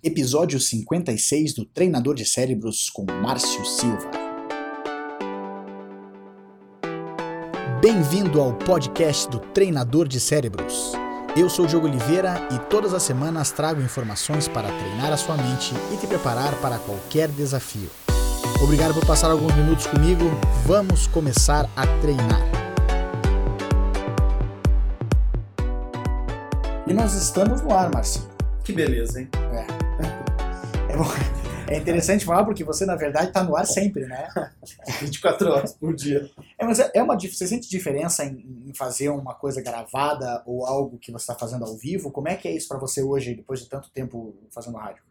Episódio 56 do Treinador de Cérebros com Márcio Silva. Bem-vindo ao podcast do Treinador de Cérebros. Eu sou o Diogo Oliveira e todas as semanas trago informações para treinar a sua mente e te preparar para qualquer desafio. Obrigado por passar alguns minutos comigo. Vamos começar a treinar. E nós estamos no ar, Márcio. Que beleza, hein? É interessante falar porque você, na verdade, está no ar sempre, né? 24 horas por dia. Mas você sente diferença em fazer uma coisa gravada ou algo que você está fazendo ao vivo? Como é que é isso para você hoje, depois de tanto tempo fazendo rádio?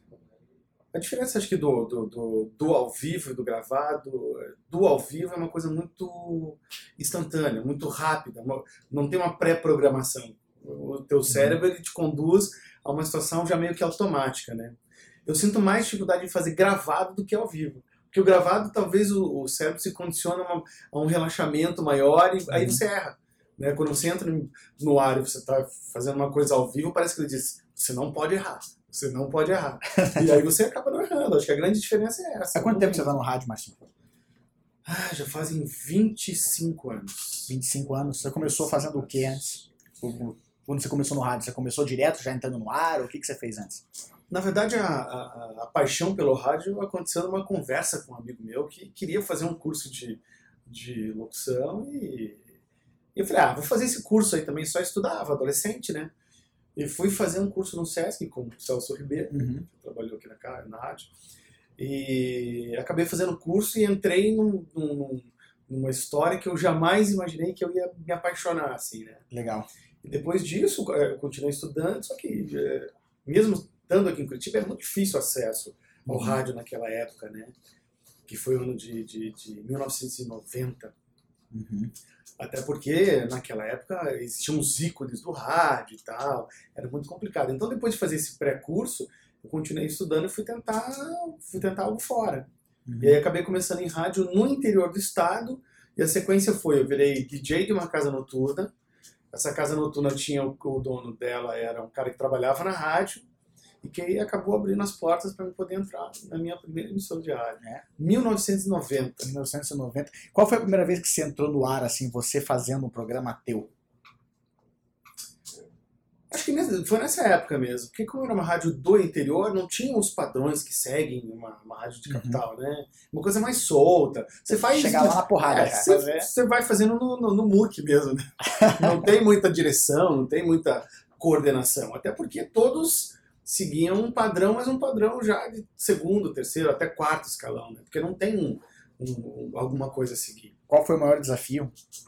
A diferença, acho que do ao vivo e do gravado, do ao vivo é uma coisa muito instantânea, muito rápida, não tem uma pré-programação. O teu cérebro ele te conduz a uma situação já meio que automática, né? Eu sinto mais dificuldade em fazer gravado do que ao vivo. Porque o gravado, talvez o cérebro se condiciona a um relaxamento maior e aí você erra. Né? Quando você entra no ar e você está fazendo uma coisa ao vivo, parece que ele diz, você não pode errar. Você não pode errar. E aí você acaba não errando. Acho que a grande diferença é essa. Há quanto tempo você está no rádio, Marcinho? Já fazem 25 anos. 25 anos. Você começou fazendo o que antes? Quando você começou no rádio, você começou direto, já entrando no ar? O que você fez antes? Na verdade, a paixão pelo rádio aconteceu numa conversa com um amigo meu que queria fazer um curso de locução e eu falei, vou fazer esse curso aí também, só estudava, adolescente, né? E fui fazer um curso no Sesc com o Celso Ribeiro, que trabalhou aqui na rádio, e acabei fazendo o curso e entrei numa história que eu jamais imaginei que eu ia me apaixonar, assim, né? Legal. E depois disso, eu continuei estudando, só que mesmo estando aqui em Curitiba, é muito difícil o acesso ao rádio naquela época, né? Que foi o ano de 1990. Até porque, naquela época, existiam os ícones do rádio e tal, era muito complicado. Então, depois de fazer esse pré-curso, eu continuei estudando e fui tentar algo fora. E aí acabei começando em rádio no interior do estado, e a sequência foi, eu virei DJ de uma casa noturna. Essa casa noturna tinha o dono dela, era um cara que trabalhava na rádio, e que acabou abrindo as portas para eu poder entrar na minha primeira emissora de rádio. 1990. 1990. Qual foi a primeira vez que você entrou no ar, assim, você fazendo um programa teu? Acho que foi nessa época mesmo, porque como era uma rádio do interior, não tinha os padrões que seguem uma rádio de capital, né? Uma coisa mais solta. Você faz... Chegar lá na porrada. Você vai fazendo no muque mesmo, né? Não tem muita direção, não tem muita coordenação. Até porque todos seguiam um padrão, mas um padrão já de segundo, terceiro, até quarto escalão, né? Porque não tem alguma coisa a seguir. Qual foi o maior desafio?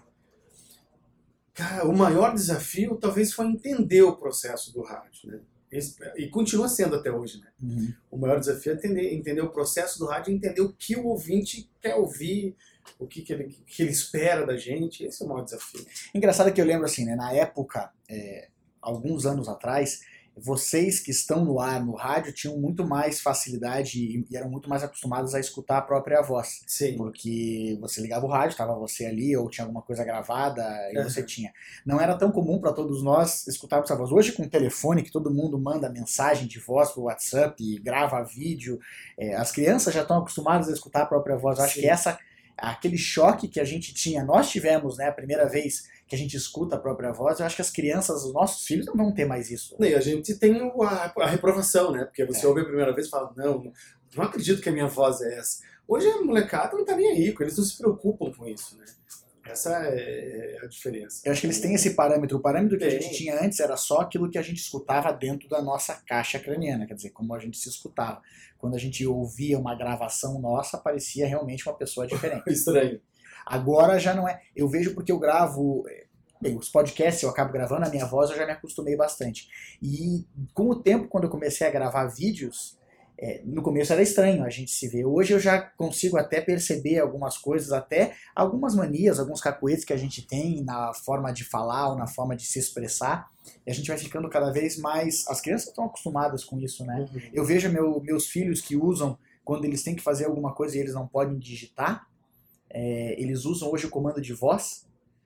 Cara, o maior desafio talvez foi entender o processo do rádio, né? E continua sendo até hoje, né? O maior desafio é entender o processo do rádio e entender o que o ouvinte quer ouvir, o que ele espera da gente. Esse é o maior desafio. Engraçado que eu lembro assim, né? Na época, alguns anos atrás, vocês que estão no ar, no rádio, tinham muito mais facilidade e eram muito mais acostumados a escutar a própria voz. Sim. Porque você ligava o rádio, estava você ali, ou tinha alguma coisa gravada e você tinha. Não era tão comum para todos nós escutarmos a voz. Hoje, com o telefone, que todo mundo manda mensagem de voz pro WhatsApp e grava vídeo, as crianças já estão acostumadas a escutar a própria voz. Eu acho que aquele choque que a gente tinha, nós tivemos, né, a primeira vez que a gente escuta a própria voz, eu acho que as crianças, os nossos filhos não vão ter mais isso. E a gente tem a reprovação, né? Porque você ouve a primeira vez e fala, não acredito que a minha voz é essa. Hoje a molecada não tá nem aí, eles não se preocupam com isso, né? Essa é a diferença. Eu acho que eles têm esse parâmetro. O parâmetro que a gente tinha antes era só aquilo que a gente escutava dentro da nossa caixa craniana, quer dizer, como a gente se escutava. Quando a gente ouvia uma gravação nossa, parecia realmente uma pessoa diferente. Estranho. Agora já não é. Eu vejo porque eu gravo... Bem, os podcasts eu acabo gravando, a minha voz eu já me acostumei bastante. E com o tempo, quando eu comecei a gravar vídeos, no começo era estranho a gente se ver. Hoje eu já consigo até perceber algumas coisas, até algumas manias, alguns cacuetes que a gente tem na forma de falar ou na forma de se expressar. E a gente vai ficando cada vez mais... As crianças estão acostumadas com isso, né? Eu vejo meus filhos que usam, quando eles têm que fazer alguma coisa e eles não podem digitar, eles usam hoje o comando de voz.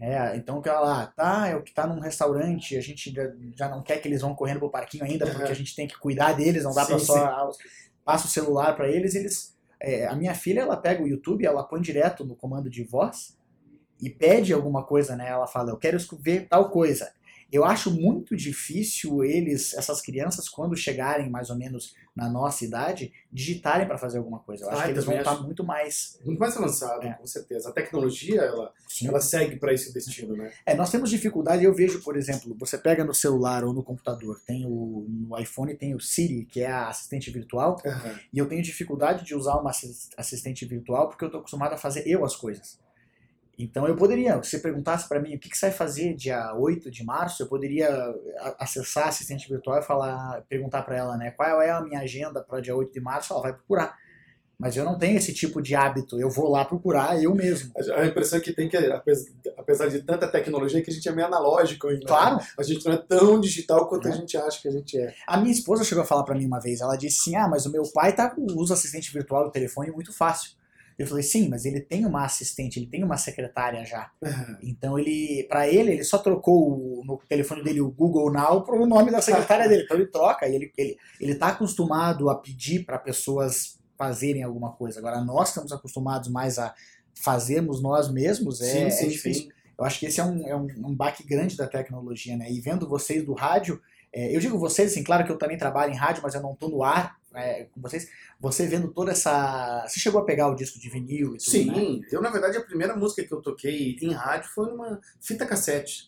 Então o cara lá, é o que tá num restaurante, a gente já não quer que eles vão correndo pro parquinho ainda, porque a gente tem que cuidar deles, não dá pra só... Passa o celular pra eles... a minha filha, ela pega o YouTube, ela põe direto no comando de voz e pede alguma coisa, né? Ela fala, eu quero ver tal coisa. Eu acho muito difícil essas crianças, quando chegarem mais ou menos na nossa idade, digitarem para fazer alguma coisa. Eu acho que eles vão estar muito mais... Muito mais avançados, com certeza. A tecnologia, ela segue para esse destino, né? Nós temos dificuldade, eu vejo, por exemplo, você pega no celular ou no computador, no iPhone tem o Siri, que é a assistente virtual, e eu tenho dificuldade de usar uma assistente virtual porque eu estou acostumado a fazer as coisas. Então eu poderia, se você perguntasse para mim o que você vai fazer dia 8 de março, eu poderia acessar a assistente virtual e perguntar para ela, né, qual é a minha agenda para dia 8 de março, ela vai procurar. Mas eu não tenho esse tipo de hábito, eu vou lá procurar eu mesmo. A impressão que tem que, apesar de tanta tecnologia, que a gente é meio analógico ainda. Claro. Né? A gente não é tão digital quanto a gente acha que a gente é. A minha esposa chegou a falar para mim uma vez, ela disse assim, mas o meu pai usa assistente virtual do telefone muito fácil. Eu falei, sim, mas ele tem uma assistente, ele tem uma secretária já. Então, ele só trocou no telefone dele o Google Now para o nome da secretária dele. Então, ele troca e ele tá acostumado a pedir para pessoas fazerem alguma coisa. Agora, nós estamos acostumados mais a fazermos nós mesmos, é difícil. Sim. Eu acho que esse é um baque grande da tecnologia, né? E vendo vocês do rádio, eu digo vocês, assim, claro que eu também trabalho em rádio, mas eu não estou no ar com vocês. Você vendo toda essa... Você chegou a pegar o disco de vinil e tudo, sim, né? Eu, na verdade, a primeira música que eu toquei em rádio foi numa fita cassete.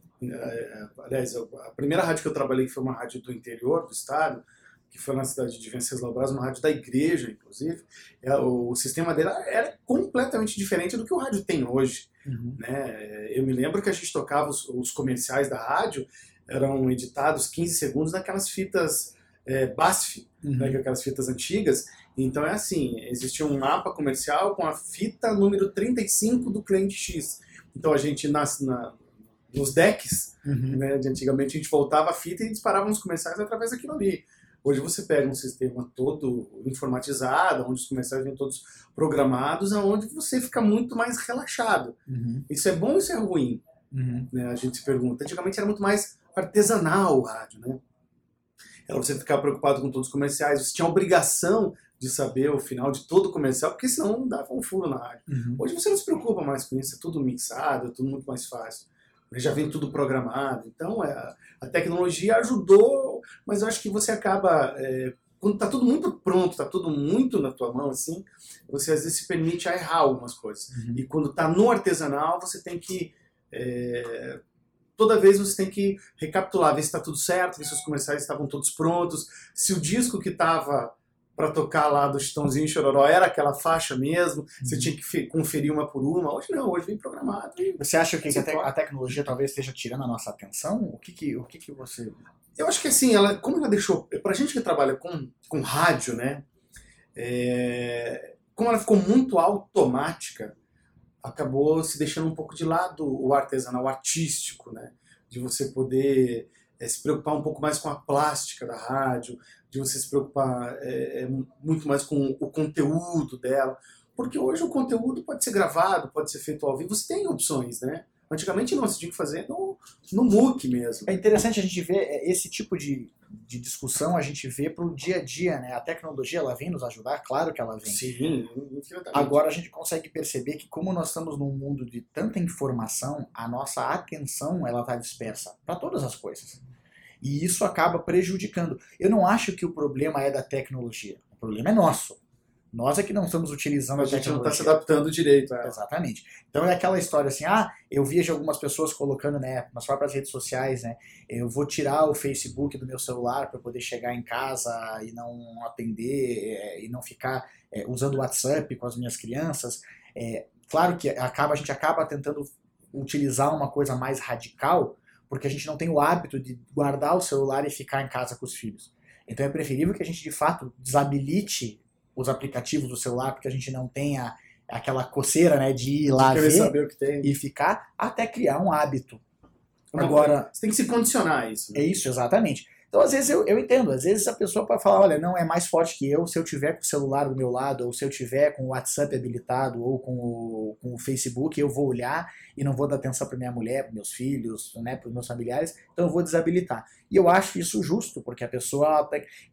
Aliás, a primeira rádio que eu trabalhei foi uma rádio do interior do estado, que foi na cidade de Venceslau Braz, uma rádio da igreja, inclusive. O sistema dele era completamente diferente do que o rádio tem hoje. Né? Eu me lembro que a gente tocava os comerciais da rádio, eram editados 15 segundos naquelas fitas BASF, né, aquelas fitas antigas. Então é assim, existia um mapa comercial com a fita número 35 do cliente X. Então a gente nos decks, né, de antigamente, a gente voltava a fita e disparava os comerciais através daquilo ali. Hoje você pega um sistema todo informatizado, onde os comerciais vêm todos programados, onde você fica muito mais relaxado. Isso é bom ou isso é ruim? Né, a gente se pergunta. Antigamente era muito mais artesanal o rádio, né? Era você ficar preocupado com todos os comerciais, você tinha a obrigação de saber o final de todo o comercial, porque senão não dava um furo na rádio. Hoje você não se preocupa mais com isso, é tudo mixado, é tudo muito mais fácil. Já vem tudo programado. Então a tecnologia ajudou, mas eu acho que você acaba... quando está tudo muito pronto, está tudo muito na tua mão, assim, você às vezes se permite a errar algumas coisas. E quando está no artesanal, você tem que... toda vez você tem que recapitular, ver se está tudo certo, ver se os comerciais estavam todos prontos, se o disco que estava para tocar lá do Chitãozinho e Chororó era aquela faixa mesmo, você tinha que conferir uma por uma. Hoje não, hoje vem programado. Você acha que a tecnologia talvez esteja tirando a nossa atenção? O que você... Eu acho que assim, como ela deixou... Pra gente que trabalha com rádio, né? Como ela ficou muito automática, acabou se deixando um pouco de lado o artesanal, o artístico, né? De você poder se preocupar um pouco mais com a plástica da rádio, de você se preocupar muito mais com o conteúdo dela. Porque hoje o conteúdo pode ser gravado, pode ser feito ao vivo, você tem opções, né? Antigamente não, você tinha que fazer no MOOC mesmo. É interessante a gente ver esse tipo de discussão, a gente vê pro dia a dia, né? A tecnologia, ela vem nos ajudar, claro que ela vem. Sim, infinitamente. Agora a gente consegue perceber que como nós estamos num mundo de tanta informação, a nossa atenção, ela tá dispersa para todas as coisas. E isso acaba prejudicando. Eu não acho que o problema é da tecnologia, o problema é nosso. Nós é que não estamos utilizando a tecnologia. A gente não está se adaptando direito. Exatamente. Então é aquela história assim, eu vejo algumas pessoas colocando, né, nas próprias redes sociais, né, eu vou tirar o Facebook do meu celular para poder chegar em casa e não atender e não ficar usando o WhatsApp com as minhas crianças. Claro que a gente acaba tentando utilizar uma coisa mais radical, porque a gente não tem o hábito de guardar o celular e ficar em casa com os filhos. Então é preferível que a gente, de fato, desabilite os aplicativos do celular, porque a gente não tenha aquela coceira, né, de ir lá ver saber o que tem. E ficar até criar um hábito. Agora, você tem que se condicionar a isso. Né? É isso, exatamente. Então, às vezes, eu entendo. Às vezes a pessoa pode falar, olha, não, é mais forte que eu se eu tiver com o celular do meu lado, ou se eu tiver com o WhatsApp habilitado, ou com o Facebook, eu vou olhar e não vou dar atenção para minha mulher, para meus filhos, né, para os meus familiares, então eu vou desabilitar. E eu acho isso justo, porque a pessoa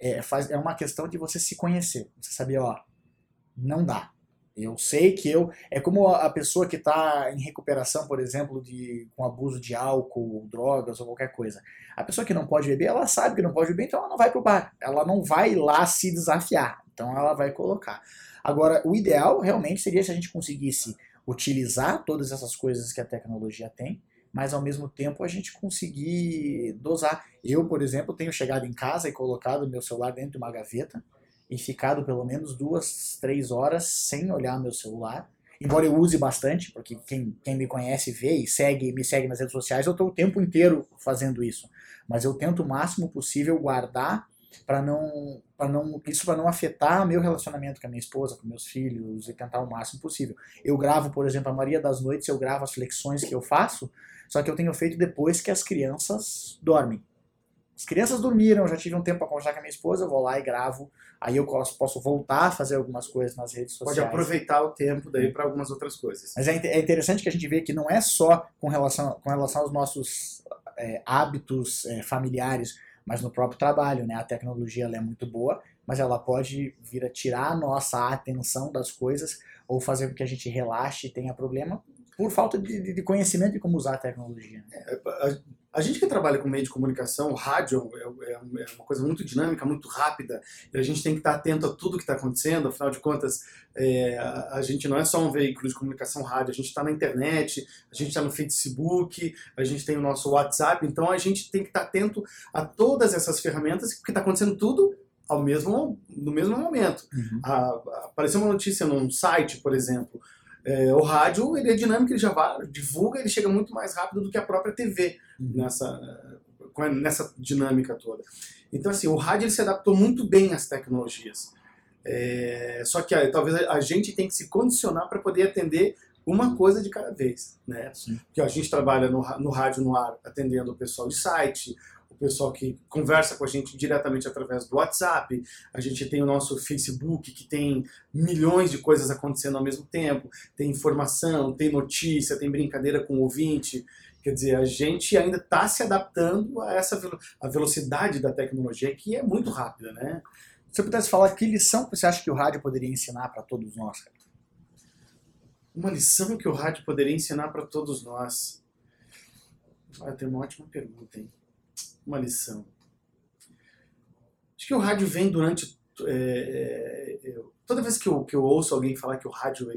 é uma questão de você se conhecer. Você saber, ó, não dá. Eu sei que é como a pessoa que está em recuperação, por exemplo, com abuso de álcool, drogas ou qualquer coisa. A pessoa que não pode beber, ela sabe que não pode beber, então ela não vai pro bar. Ela não vai lá se desafiar. Então ela vai colocar. Agora, o ideal realmente seria se a gente conseguisse utilizar todas essas coisas que a tecnologia tem, mas ao mesmo tempo a gente conseguir dosar. Eu, por exemplo, tenho chegado em casa e colocado meu celular dentro de uma gaveta e ficado pelo menos 2, 3 horas sem olhar meu celular. Embora eu use bastante, porque quem me conhece vê e me segue nas redes sociais, eu estou o tempo inteiro fazendo isso. Mas eu tento o máximo possível guardar para não afetar meu relacionamento com a minha esposa, com meus filhos, e tentar o máximo possível. Eu gravo, por exemplo, a maioria das noites eu gravo as flexões que eu faço, só que eu tenho feito depois que as crianças dormem. As crianças dormiram, eu já tive um tempo para conversar com a minha esposa, eu vou lá e gravo, aí eu posso voltar a fazer algumas coisas nas redes sociais. Pode aproveitar o tempo daí para algumas outras coisas. Mas é interessante que a gente vê que não é só com relação aos nossos hábitos familiares, mas no próprio trabalho, né? A tecnologia ela é muito boa, mas ela pode vir a tirar a nossa atenção das coisas ou fazer com que a gente relaxe e tenha problema por falta de conhecimento de como usar a tecnologia. A gente que trabalha com meio de comunicação, o rádio é uma coisa muito dinâmica, muito rápida, e a gente tem que estar atento a tudo que está acontecendo, afinal de contas, a gente não é só um veículo de comunicação rádio, a gente está na internet, a gente está no Facebook, a gente tem o nosso WhatsApp, então a gente tem que estar atento a todas essas ferramentas, porque está acontecendo tudo no mesmo momento. Uhum. Apareceu uma notícia num site, por exemplo, o rádio ele é dinâmico, ele já divulga, ele chega muito mais rápido do que a própria TV nessa dinâmica toda. Então, assim, o rádio ele se adaptou muito bem às tecnologias. Só que talvez a gente tem que se condicionar para poder atender uma coisa de cada vez, né? Porque a gente trabalha no rádio no ar atendendo o pessoal de site, o pessoal que conversa com a gente diretamente através do WhatsApp, a gente tem o nosso Facebook que tem milhões de coisas acontecendo ao mesmo tempo, tem informação, tem notícia, tem brincadeira com o ouvinte, quer dizer, a gente ainda está se adaptando a a velocidade da tecnologia que é muito rápida, né? Se você pudesse falar, que lição você acha que o rádio poderia ensinar para todos nós, cara? Uma lição que o rádio poderia ensinar para todos nós? Tem uma ótima pergunta, hein? Uma lição. Acho que o rádio vem durante... toda vez que eu ouço alguém falar que o rádio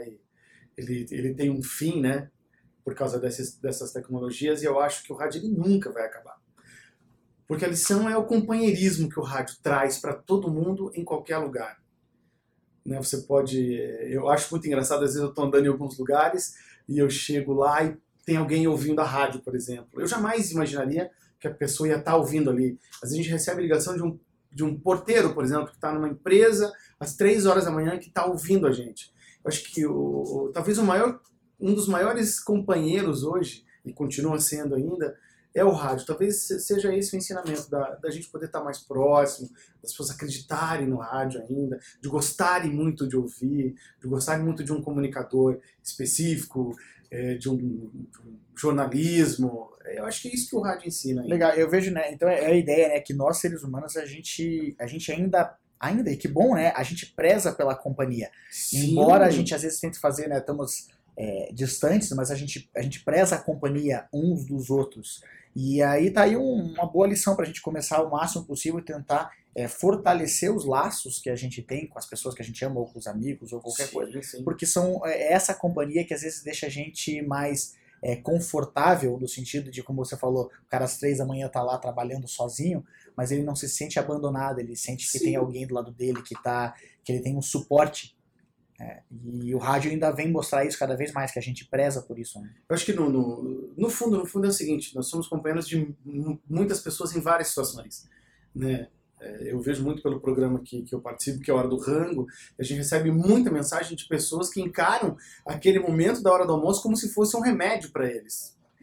ele tem um fim, né? Por causa dessas tecnologias, e eu acho que o rádio ele nunca vai acabar. Porque a lição é o companheirismo que o rádio traz para todo mundo em qualquer lugar. Né? Você pode... Eu acho muito engraçado, às vezes eu estou andando em alguns lugares e eu chego lá e tem alguém ouvindo a rádio, por exemplo. Eu jamais imaginaria que a pessoa ia estar ouvindo ali. Às vezes a gente recebe ligação de um porteiro, por exemplo, que está numa empresa às 3 horas da manhã que está ouvindo a gente. Eu acho que talvez um dos maiores companheiros hoje, e continua sendo ainda, é o rádio. Talvez seja esse o ensinamento da gente poder estar mais próximo, das pessoas acreditarem no rádio ainda, de gostarem muito de ouvir, de gostarem muito de um comunicador específico, de um jornalismo. Eu acho que é isso que o rádio ensina. Ainda. Legal, eu vejo, né? Então é a ideia, né, que nós seres humanos a gente ainda, e que bom, né? A gente preza pela companhia. Sim. Embora a gente às vezes tente fazer, né? Estamos distantes, mas a gente preza a companhia uns dos outros. E aí tá aí uma boa lição para a gente começar o máximo possível e tentar fortalecer os laços que a gente tem com as pessoas que a gente ama, ou com os amigos, ou qualquer coisa. Sim. Porque são essa companhia que às vezes deixa a gente mais confortável, no sentido de, como você falou, o cara às 3 da manhã tá lá trabalhando sozinho, mas ele não se sente abandonado, ele sente que tem alguém do lado dele, que ele tem um suporte. E o rádio ainda vem mostrar isso cada vez mais, que a gente preza por isso. Né? Eu acho que no fundo é o seguinte, nós somos companheiros de muitas pessoas em várias situações, né? Eu vejo muito pelo programa que eu participo, que é a Hora do Rango, a gente recebe muita mensagem de pessoas que encaram aquele momento da hora do almoço como se fosse um remédio para eles.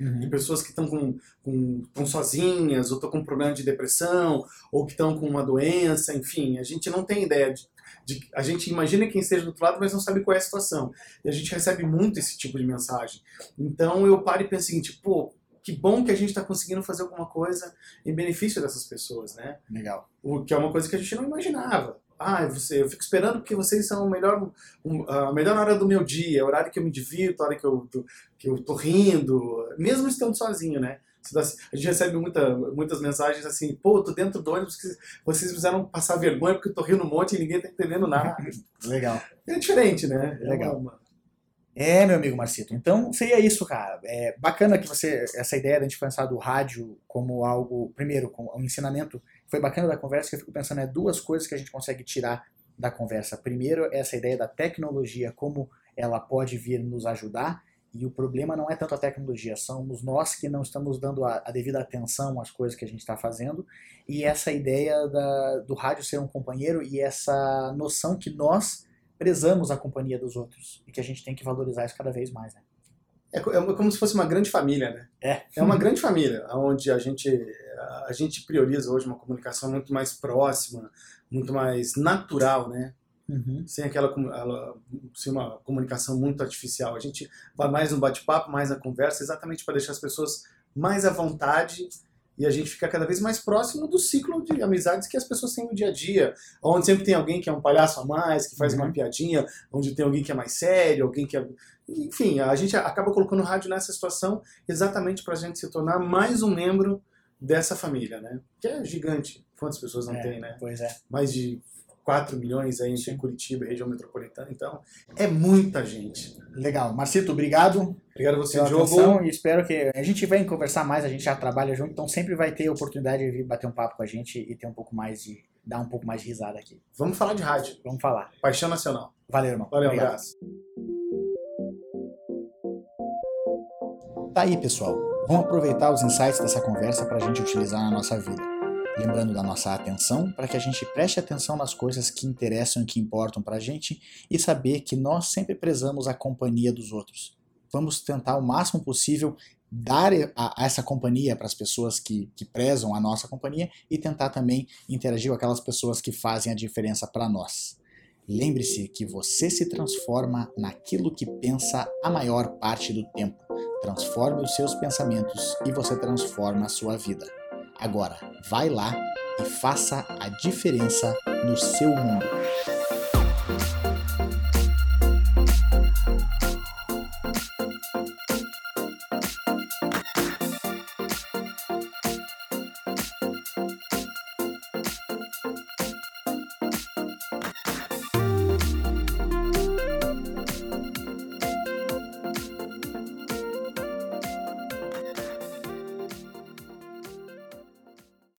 De pessoas que estão tão sozinhas, ou estão com um problema de depressão, ou que estão com uma doença, enfim, a gente não tem ideia a gente imagina quem esteja do outro lado, mas não sabe qual é a situação. E a gente recebe muito esse tipo de mensagem. Então eu paro e penso o seguinte, pô, que bom que a gente está conseguindo fazer alguma coisa em benefício dessas pessoas, né? Legal. O que é uma coisa que a gente não imaginava. Eu fico esperando porque vocês são a melhor hora do meu dia, a horário que eu me divirto, a hora que eu tô rindo, mesmo estando sozinho, né? A gente recebe muitas mensagens assim, pô, tô dentro do ônibus que vocês fizeram passar vergonha porque eu tô rindo um monte e ninguém tá entendendo nada. Legal. É diferente, né? Legal. Meu amigo Marcito. Então, seria isso, cara. É bacana que essa ideia da gente pensar do rádio como algo, primeiro, como um ensinamento, foi bacana da conversa, que eu fico pensando, duas coisas que a gente consegue tirar da conversa. Primeiro, essa ideia da tecnologia, como ela pode vir nos ajudar, e o problema não é tanto a tecnologia, somos nós que não estamos dando a devida atenção às coisas que a gente está fazendo, e essa ideia do rádio ser um companheiro e essa noção que nós prezamos a companhia dos outros e que a gente tem que valorizar isso cada vez mais, né? É como se fosse uma grande família, né? É uma grande família, onde a gente prioriza hoje uma comunicação muito mais próxima, muito mais natural, né? Sem uma comunicação muito artificial. A gente vai mais no bate-papo, mais na conversa, exatamente para deixar as pessoas mais à vontade e a gente fica cada vez mais próximo do ciclo de amizades que as pessoas têm no dia a dia, onde sempre tem alguém que é um palhaço a mais, que faz uma piadinha, onde tem alguém que é mais sério, alguém que é... Enfim, a gente acaba colocando o rádio nessa situação exatamente para a gente se tornar mais um membro dessa família, né? Que é gigante. Quantas pessoas não tem, né? Pois é. Mais de 4 milhões aí entre Curitiba e região metropolitana, então é muita gente. Legal. Marcito, obrigado. Obrigado a você, pela Diogo. atenção, e espero que a gente venha conversar mais, a gente já trabalha junto, então sempre vai ter a oportunidade de vir bater um papo com a gente e ter dar um pouco mais de risada aqui. Vamos falar de rádio. Vamos falar. Paixão Nacional. Valeu, irmão. Valeu, obrigado. Um abraço. Tá aí, pessoal. Vamos aproveitar os insights dessa conversa para a gente utilizar na nossa vida. Lembrando da nossa atenção, para que a gente preste atenção nas coisas que interessam e que importam para a gente e saber que nós sempre prezamos a companhia dos outros. Vamos tentar o máximo possível dar essa companhia para as pessoas que prezam a nossa companhia e tentar também interagir com aquelas pessoas que fazem a diferença para nós. Lembre-se que você se transforma naquilo que pensa a maior parte do tempo. Transforme os seus pensamentos e você transforma a sua vida. Agora, vai lá e faça a diferença no seu mundo.